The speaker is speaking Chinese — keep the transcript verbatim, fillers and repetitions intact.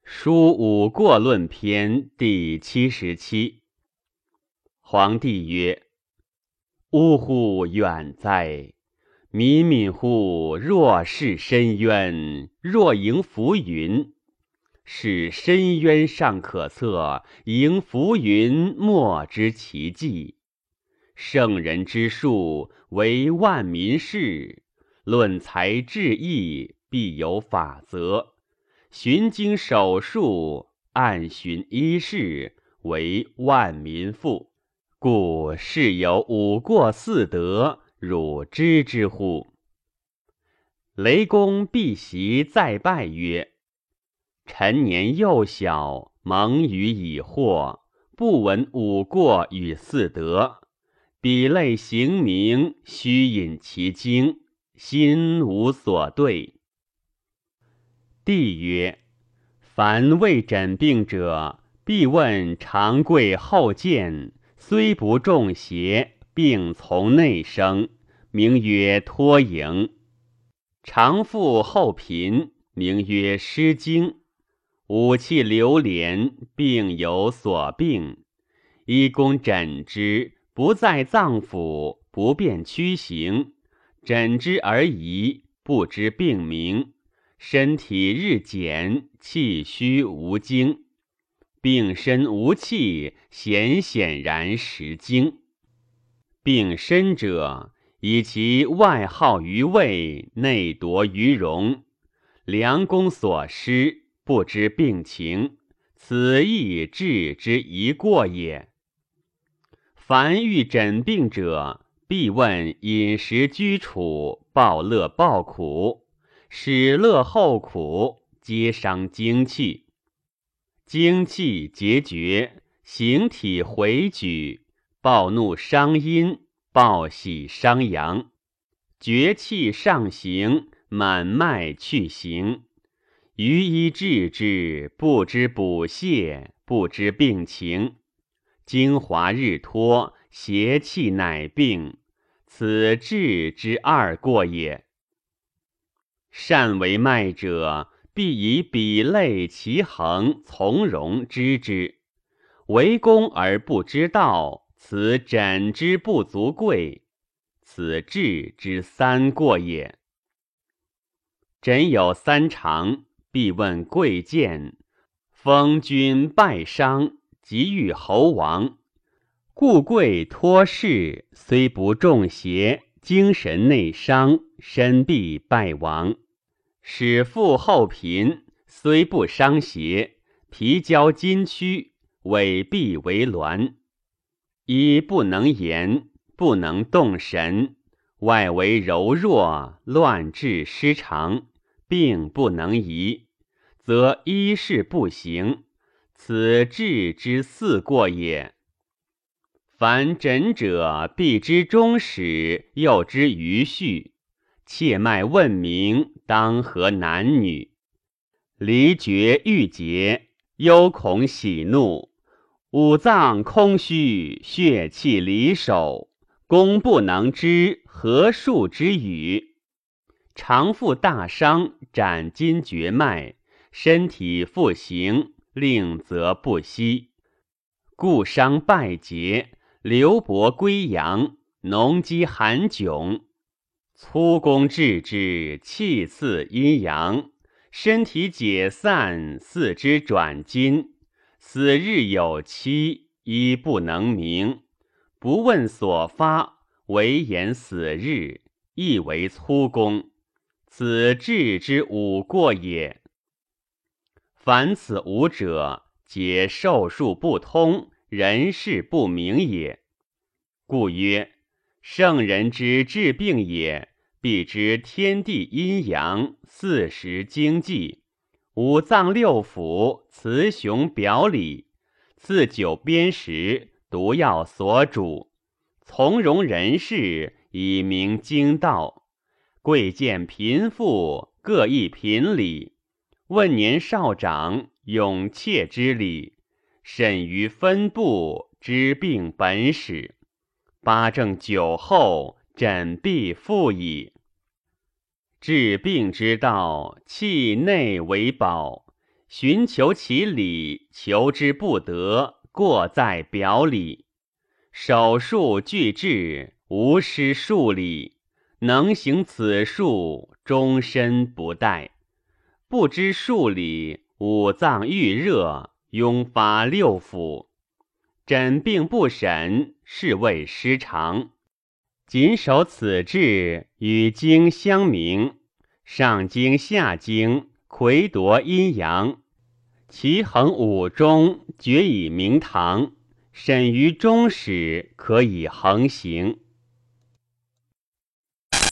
书五过论篇第七十七。皇帝曰：呜呼，远哉！冥冥乎若是深渊，若迎浮云。是深渊尚可测，迎浮云莫知其迹。圣人之术，为万民事；论才治义，必有法则。循经守术，按循一事，为万民富。故世有五过四德，汝知之乎？雷公避席再拜曰：臣年幼小，蒙语已惑，不闻五过与四德。彼类行名，须引其经，心无所对。帝曰：凡未诊病者，必问长贵后见，虽不中邪，病从内生，名曰脱营。常腹后贫，名曰失精。五气流连，病有所病。医公诊之，不在脏腑，不便屈行，诊之而疑，不知病名。身体日减，气虚无精，病身无气，显显然实精。病身者，以其外耗于胃，内夺于荣，良公所失，不知病情，此亦治之一过也。凡欲诊病者，必问饮食居处，暴乐暴苦。始乐后苦，皆伤精气。精气结绝，形体回举，暴怒伤阴，暴喜伤阳。绝气上行，满脉去行。余医治之，不知补泻，不知病情。精华日脱，邪气乃病，此治之二过也。善为脉者，必以比类其衡从容知之。为功而不知道，此诊之不足贵，此治之三过也。诊有三常，必问贵贱。封君拜商，即欲侯王。故贵脱势，虽不中邪，精神内伤，身必败亡。使腹后贫，虽不伤邪，皮焦筋屈，痿必为挛。一不能言，不能动神，外为柔弱，乱治失常，病不能移，则医事不行，此治之四过也。凡诊者，必知终始，又知余序。切脉问名，当合男女。离绝郁结，忧恐喜怒。五脏空虚，血气离手，公不能知何数之语。常腹大伤，斩筋绝脉，身体复行，令则不息。故伤败节，流帛归阳，脓积寒窘。粗功治之，气次阴阳，身体解散，四肢转筋。死日有期，医不能明。不问所发，唯言死日，亦为粗功。此治之五过也。凡此五者，皆寿数不通，人事不明也。故曰：圣人之治病也，必知天地阴阳，四时经济，五脏六腑，雌雄表里，赐酒砭时，毒药所主，从容人事，以明经道。贵贱贫富，各异品理。问年少长，勇怯之理。审于分部，知病本始。八正九候，诊必复矣。治病之道，气内为宝。 寻求其理，求之不得，过在表里。手术俱至，无失数理。能行此术，终身不殆。不知数理，五脏郁热，庸发六腑。诊病不审，是谓失常。谨守此志，与经相明。上经下经，魁夺阴阳。其衡五中，决以明堂。审于中始，可以恒行。